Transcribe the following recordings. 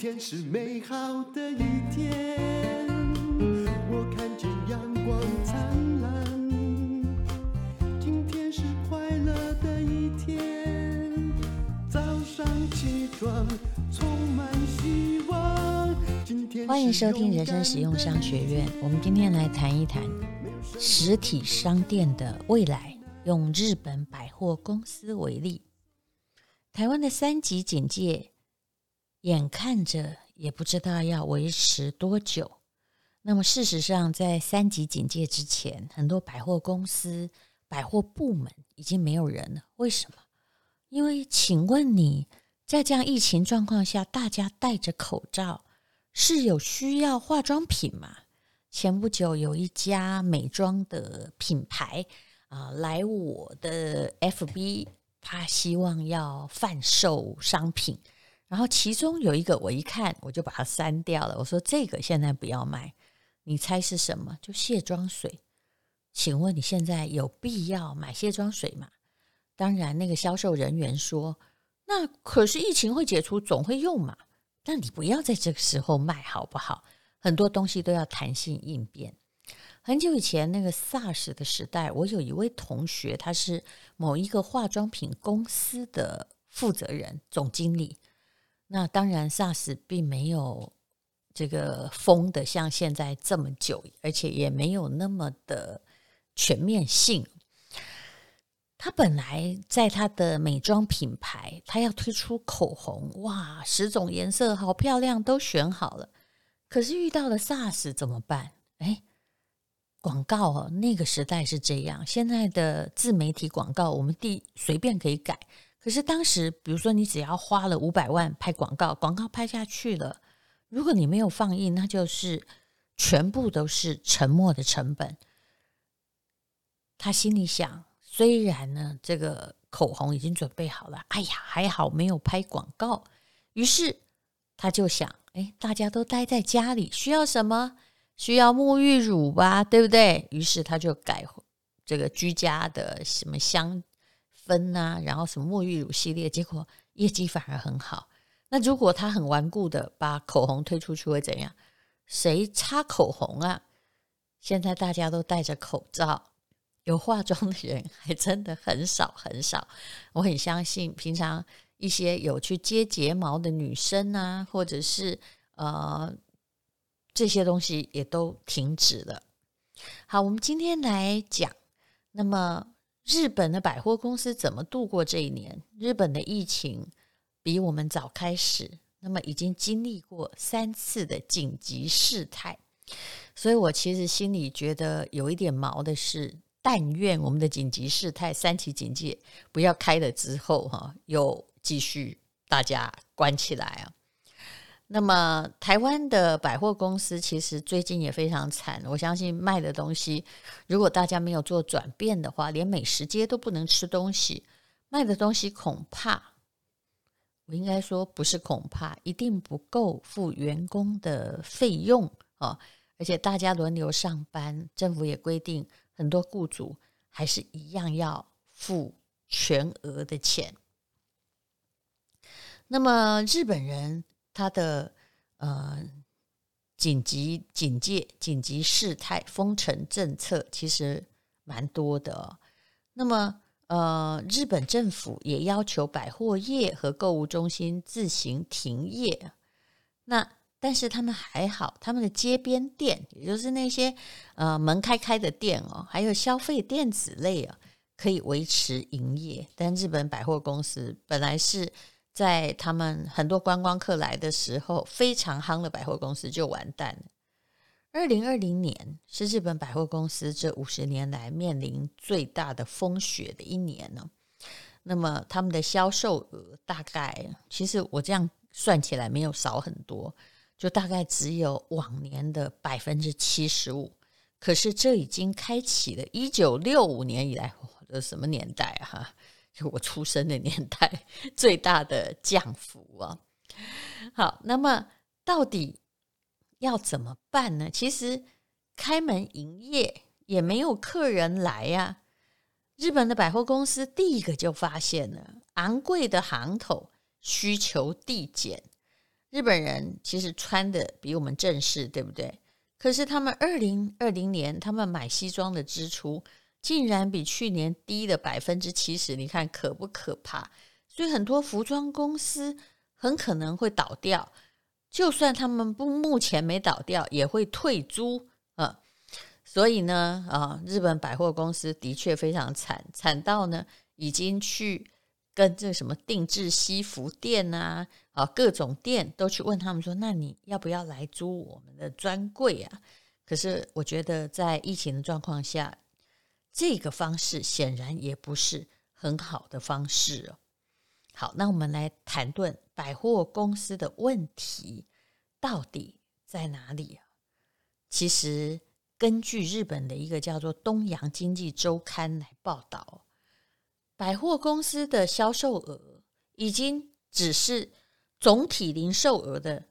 天是美好的一天，我看见阳光灿烂。今天是快乐的一天，早上起床充满希望。 欢迎收听人生实用商学院。我们今天来谈一谈实体商店的未来。用日本百货公司为例，台湾的3级警戒眼看着也不知道要维持多久。那么事实上在3级警戒之前，很多百货公司百货部门已经没有人了。为什么？因为请问你在这样疫情状况下，大家戴着口罩是有需要化妆品吗？前不久有一家美妆的品牌来我的 FB， 他希望要贩售商品，然后其中有一个我一看我就把它删掉了，我说这个现在不要卖。你猜是什么？就卸妆水。请问你现在有必要买卸妆水吗？当然那个销售人员说，那可是疫情会解除总会用嘛，但你不要在这个时候卖好不好？很多东西都要弹性应变。很久以前那个 SARS 的时代，我有一位同学，他是某一个化妆品公司的负责人总经理。那当然 SARS 并没有这个封的像现在这么久，而且也没有那么的全面性。他本来在他的美妆品牌，他要推出口红，哇，10种颜色好漂亮，都选好了。可是遇到了 SARS 怎么办？广告那个时代是这样，现在的自媒体广告我们随便可以改，可是当时比如说你只要花了500万拍广告，广告拍下去了，如果你没有放映，那就是全部都是沉没的成本。他心里想，虽然呢这个口红已经准备好了，哎呀还好没有拍广告，于是他就想，大家都待在家里，需要什么？需要沐浴乳吧，对不对？于是他就改这个居家的什么香氛啊，然后什么沐浴乳系列，结果业绩反而很好。那如果他很顽固的把口红推出去会怎样？谁擦口红啊？现在大家都戴着口罩，有化妆的人还真的很少很少。我很相信平常一些有去接睫毛的女生啊，或者是这些东西也都停止了。好，我们今天来讲，那么日本的百货公司怎么度过这一年？日本的疫情比我们早开始，那么已经经历过3次的紧急事态，所以我其实心里觉得有一点毛的是，但愿我们的紧急事态3期警戒不要开了之后又继续大家关起来啊。那么台湾的百货公司其实最近也非常惨，我相信卖的东西如果大家没有做转变的话，连美食街都不能吃东西，卖的东西恐怕，我应该说不是恐怕，一定不够付员工的费用而且大家轮流上班，政府也规定很多雇主还是一样要付全额的钱。那么日本人他的紧急警戒、紧急事态、封城政策其实蛮多的那么日本政府也要求百货业和购物中心自行停业。但是他们还好，他们的街边店，也就是那些门开的店还有消费电子类可以维持营业。但日本百货公司本来是在他们很多观光客来的时候非常夯的百货公司就完蛋了。2020年是日本百货公司这50年来面临最大的风雪的一年呢。那么他们的销售额大概，其实我这样算起来没有少很多，就大概只有往年的 75%。 可是这已经开启了1965年以来，这什么年代就我出生的年代最大的降幅好，那么到底要怎么办呢？其实开门营业也没有客人来日本的百货公司第一个就发现了昂贵的行头需求递减， 日本人其实穿的比我们正式，对不对？可是他们2020年他们买西装的支出竟然比去年低了70%，你看可不可怕？所以很多服装公司很可能会倒掉，就算他们目前没倒掉也会退租所以呢日本百货公司的确非常惨到呢已经去跟这什么定制西服店各种店都去问他们说，那你要不要来租我们的专柜啊？可是我觉得在疫情的状况下，这个方式显然也不是很好的方式好，那我们来谈论百货公司的问题到底在哪里其实根据日本的一个叫做东洋经济周刊来报道，百货公司的销售额已经只是总体零售额的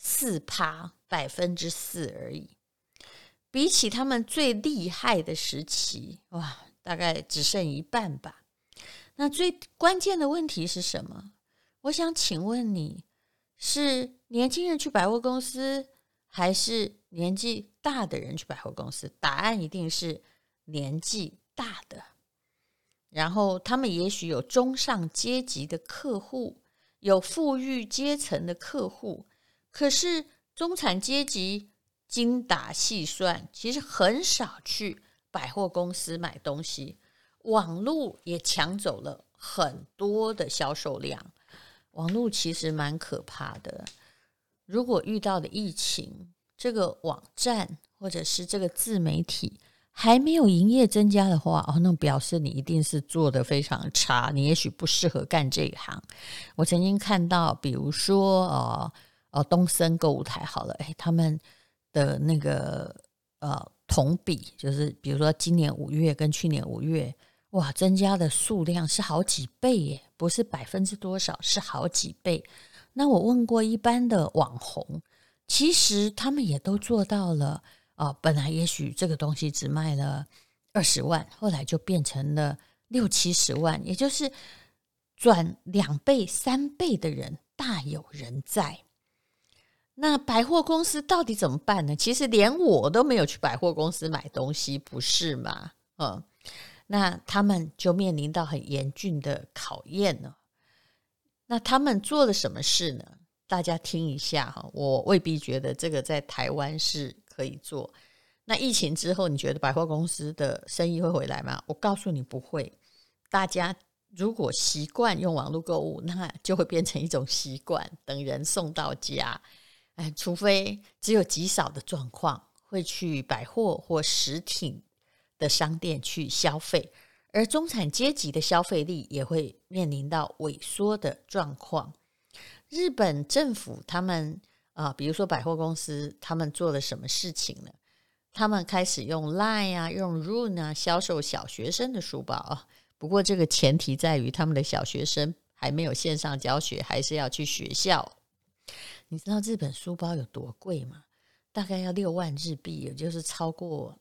4% 而已，比起他们最厉害的时期，大概只剩一半吧。那最关键的问题是什么？我想请问你，是年轻人去百货公司，还是年纪大的人去百货公司？答案一定是年纪大的。然后他们也许有中上阶级的客户，有富裕阶层的客户，可是中产阶级精打细算，其实很少去百货公司买东西。网络也抢走了很多的销售量，网络其实蛮可怕的。如果遇到的疫情，这个网站或者是这个自媒体还没有营业增加的话，那表示你一定是做得非常差，你也许不适合干这一行。我曾经看到比如说东森购物台好了，他们的那个同比，就是比如说今年5月跟去年5月增加的数量是好几倍耶，不是%多少，是好几倍。那我问过一般的网红，其实他们也都做到了本来也许这个东西只卖了20万，后来就变成了60-70万，也就是转2倍3倍的人大有人在。那百货公司到底怎么办呢？其实连我都没有去百货公司买东西，不是吗？那他们就面临到很严峻的考验了。那他们做了什么事呢？大家听一下我未必觉得这个在台湾是可以做。那疫情之后，你觉得百货公司的生意会回来吗？我告诉你不会。大家如果习惯用网络购物，那就会变成一种习惯，等人送到家。除非只有极少的状况会去百货或实体的商店去消费，而中产阶级的消费力也会面临到萎缩的状况。日本政府他们比如说百货公司，他们做了什么事情呢？他们开始用 LINE 用 Rune 销售小学生的书包不过这个前提在于他们的小学生还没有线上教学，还是要去学校。你知道日本书包有多贵吗？大概要6万日币，也就是超过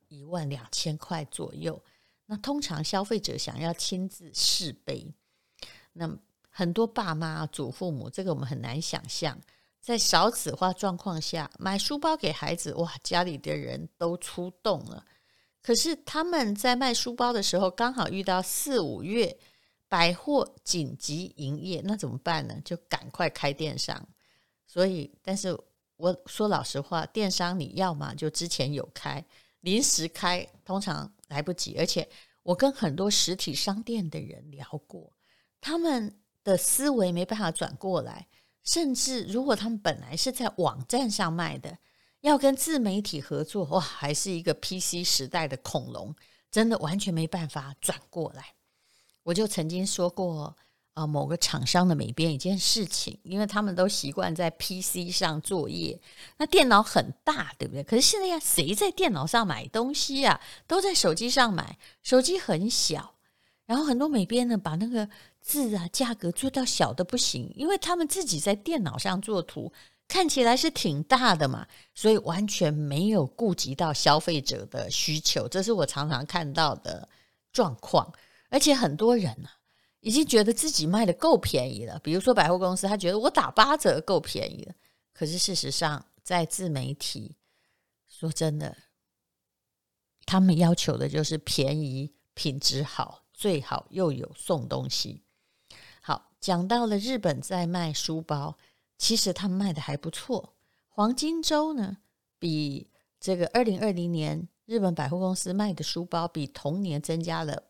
12000块左右。那通常消费者想要亲自试背，那很多爸妈祖父母，这个我们很难想象，在少子化状况下买书包给孩子，家里的人都出动了。可是他们在卖书包的时候刚好遇到4-5月百货紧急营业，那怎么办呢？就赶快开电商。所以但是我说老实话，电商你要嘛就之前有开，临时开通常来不及。而且我跟很多实体商店的人聊过，他们的思维没办法转过来，甚至如果他们本来是在网站上卖的，要跟自媒体合作，还是一个 PC 时代的恐龙，真的完全没办法转过来。我就曾经说过某个厂商的美编一件事情，因为他们都习惯在 PC 上作业，那电脑很大，对不对？可是现在谁在电脑上买东西都在手机上买，手机很小，然后很多美编呢把那个字价格做到小的不行，因为他们自己在电脑上做图看起来是挺大的嘛，所以完全没有顾及到消费者的需求，这是我常常看到的状况。而且很多人已经觉得自己卖的够便宜了。比如说百货公司，他觉得我打8折够便宜了，可是事实上在自媒体，说真的，他们要求的就是便宜、品质好，最好又有送东西。好，讲到了日本在卖书包，其实他们卖的还不错。黄金周呢，比这个2020年日本百货公司卖的书包比同年增加了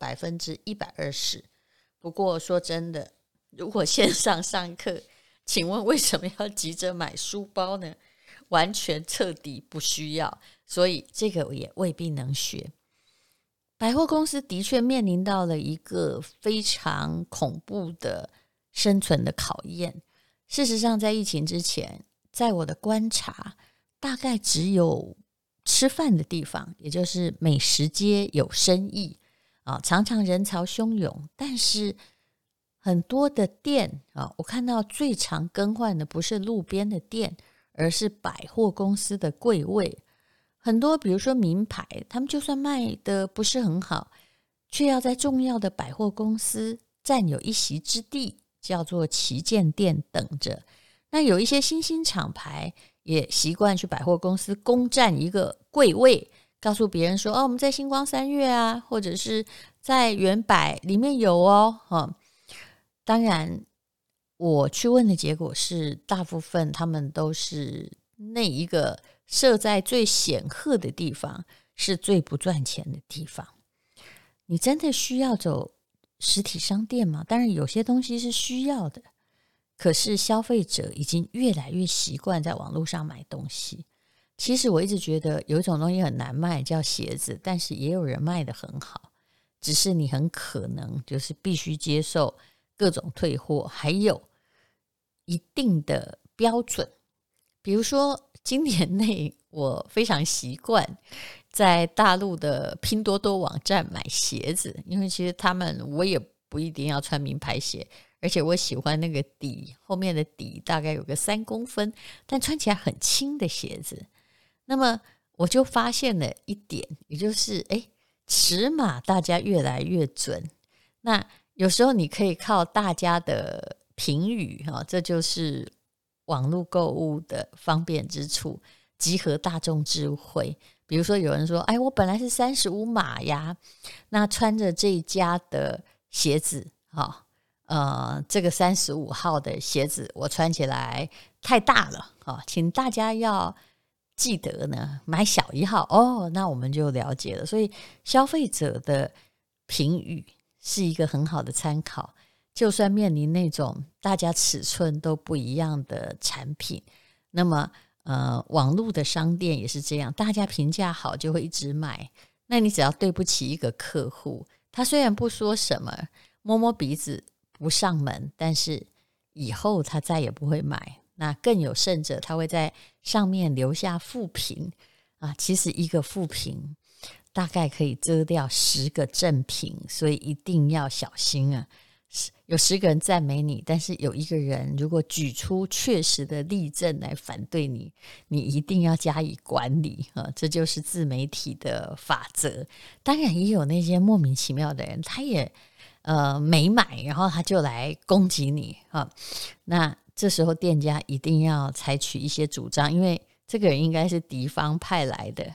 120%。不过说真的，如果线上上课，请问为什么要急着买书包呢？完全彻底不需要，所以这个也未必能学。百货公司的确面临到了一个非常恐怖的生存的考验。事实上在疫情之前，在我的观察，大概只有吃饭的地方，也就是美食街有生意常常人潮汹涌，但是很多的店我看到最常更换的不是路边的店，而是百货公司的柜位。很多比如说名牌，他们就算卖的不是很好，却要在重要的百货公司占有一席之地，叫做旗舰店等着。那有一些新兴厂牌也习惯去百货公司攻占一个柜位，告诉别人说我们在星光三月啊，或者是在远百里面有当然我去问的结果是，大部分他们都是那一个设在最显赫的地方，是最不赚钱的地方。你真的需要走实体商店吗？当然有些东西是需要的，可是消费者已经越来越习惯在网络上买东西。其实我一直觉得有一种东西很难卖，叫鞋子，但是也有人卖得很好，只是你很可能就是必须接受各种退货，还有一定的标准。比如说今年内我非常习惯在大陆的拼多多网站买鞋子，因为其实我也不一定要穿名牌鞋，而且我喜欢那个底，后面的底大概有个3公分，但穿起来很轻的鞋子。那么我就发现了一点，也就是尺码大家越来越准。那有时候你可以靠大家的评语这就是网络购物的方便之处，集合大众智慧。比如说有人说我本来是35码呀，那穿着这一家的鞋子这个35号的鞋子我穿起来太大了请大家要记得呢买小1号那我们就了解了。所以消费者的评语是一个很好的参考，就算面临那种大家尺寸都不一样的产品，那么网络的商店也是这样，大家评价好就会一直买。那你只要对不起一个客户，他虽然不说什么，摸摸鼻子不上门，但是以后他再也不会买。那更有甚者，他会在上面留下负评其实一个负评大概可以遮掉10个正评，所以一定要小心有10个人赞美你，但是有1个人如果举出确实的例证来反对你，你一定要加以管理这就是自媒体的法则。当然也有那些莫名其妙的人，他也没买，然后他就来攻击你那这时候店家一定要采取一些主张，因为这个人应该是敌方派来的。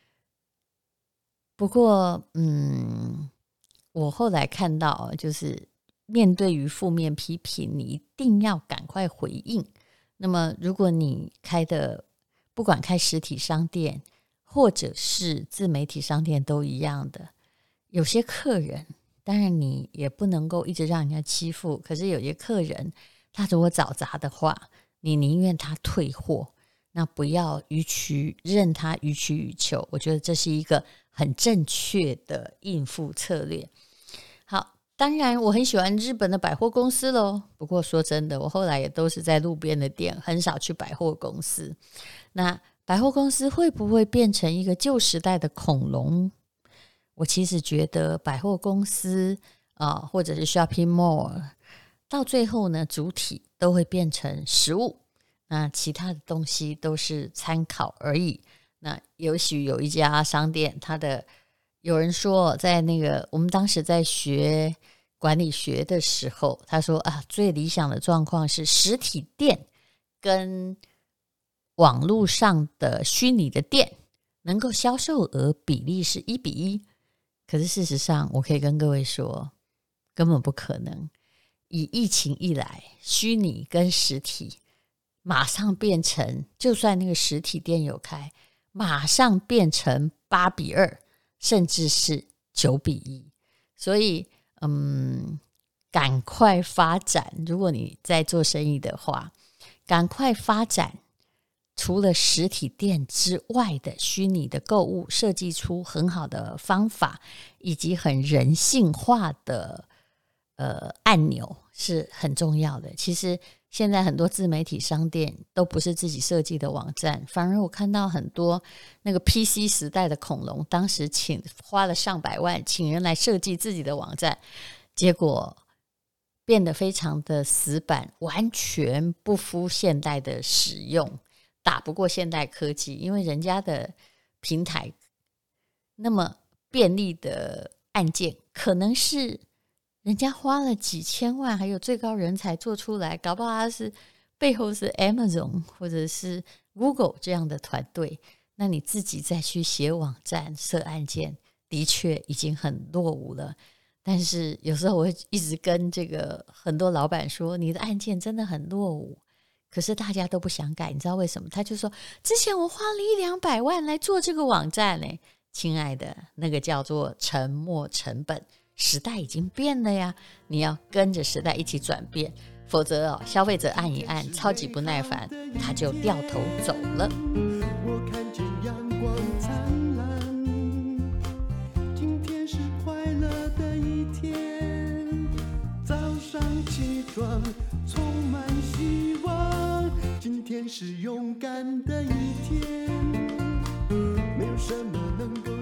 不过我后来看到就是面对于负面批评，你一定要赶快回应。那么如果你不管开实体商店或者是自媒体商店都一样的，有些客人当然你也不能够一直让人家欺负，可是有些客人他如果找茬的话，你宁愿他退货，那不要任他予取予求。我觉得这是一个很正确的应付策略。好，当然我很喜欢日本的百货公司咯，不过说真的，我后来也都是在路边的店，很少去百货公司。那百货公司会不会变成一个旧时代的恐龙？我其实觉得百货公司或者是 shopping mall 到最后呢，主体都会变成食物，那其他的东西都是参考而已。那也许有一家商店，有人说在那个我们当时在学管理学的时候，他说最理想的状况是实体店跟网络上的虚拟的店能够销售额比例是1:1。可是事实上我可以跟各位说，根本不可能。以疫情一来，虚拟跟实体马上变成，就算那个实体店有开，马上变成8:2，甚至是9:1。所以赶快发展，如果你在做生意的话，赶快发展除了实体店之外的虚拟的购物，设计出很好的方法，以及很人性化的按钮是很重要的。其实现在很多自媒体商店都不是自己设计的网站，反而我看到很多那个 PC 时代的恐龙，当时花了上百万请人来设计自己的网站，结果变得非常的死板，完全不敷现代的使用，打不过现代科技。因为人家的平台那么便利的按键，可能是人家花了几千万还有最高人才做出来，搞不好他是背后是 Amazon 或者是 Google 这样的团队，那你自己再去写网站设按键，的确已经很落伍了。但是有时候我会一直跟这个很多老板说，你的按键真的很落伍，可是大家都不想改，你知道为什么？他就说之前我花了100-200万来做这个网站呢。亲爱的，那个叫做沉没成本，时代已经变了呀，你要跟着时代一起转变，否则消费者按一按超级不耐烦，他就掉头走了。 我看见阳光灿烂，今天是快乐的一天，早上起床充满希望，今天是勇敢的一天，没有什么能够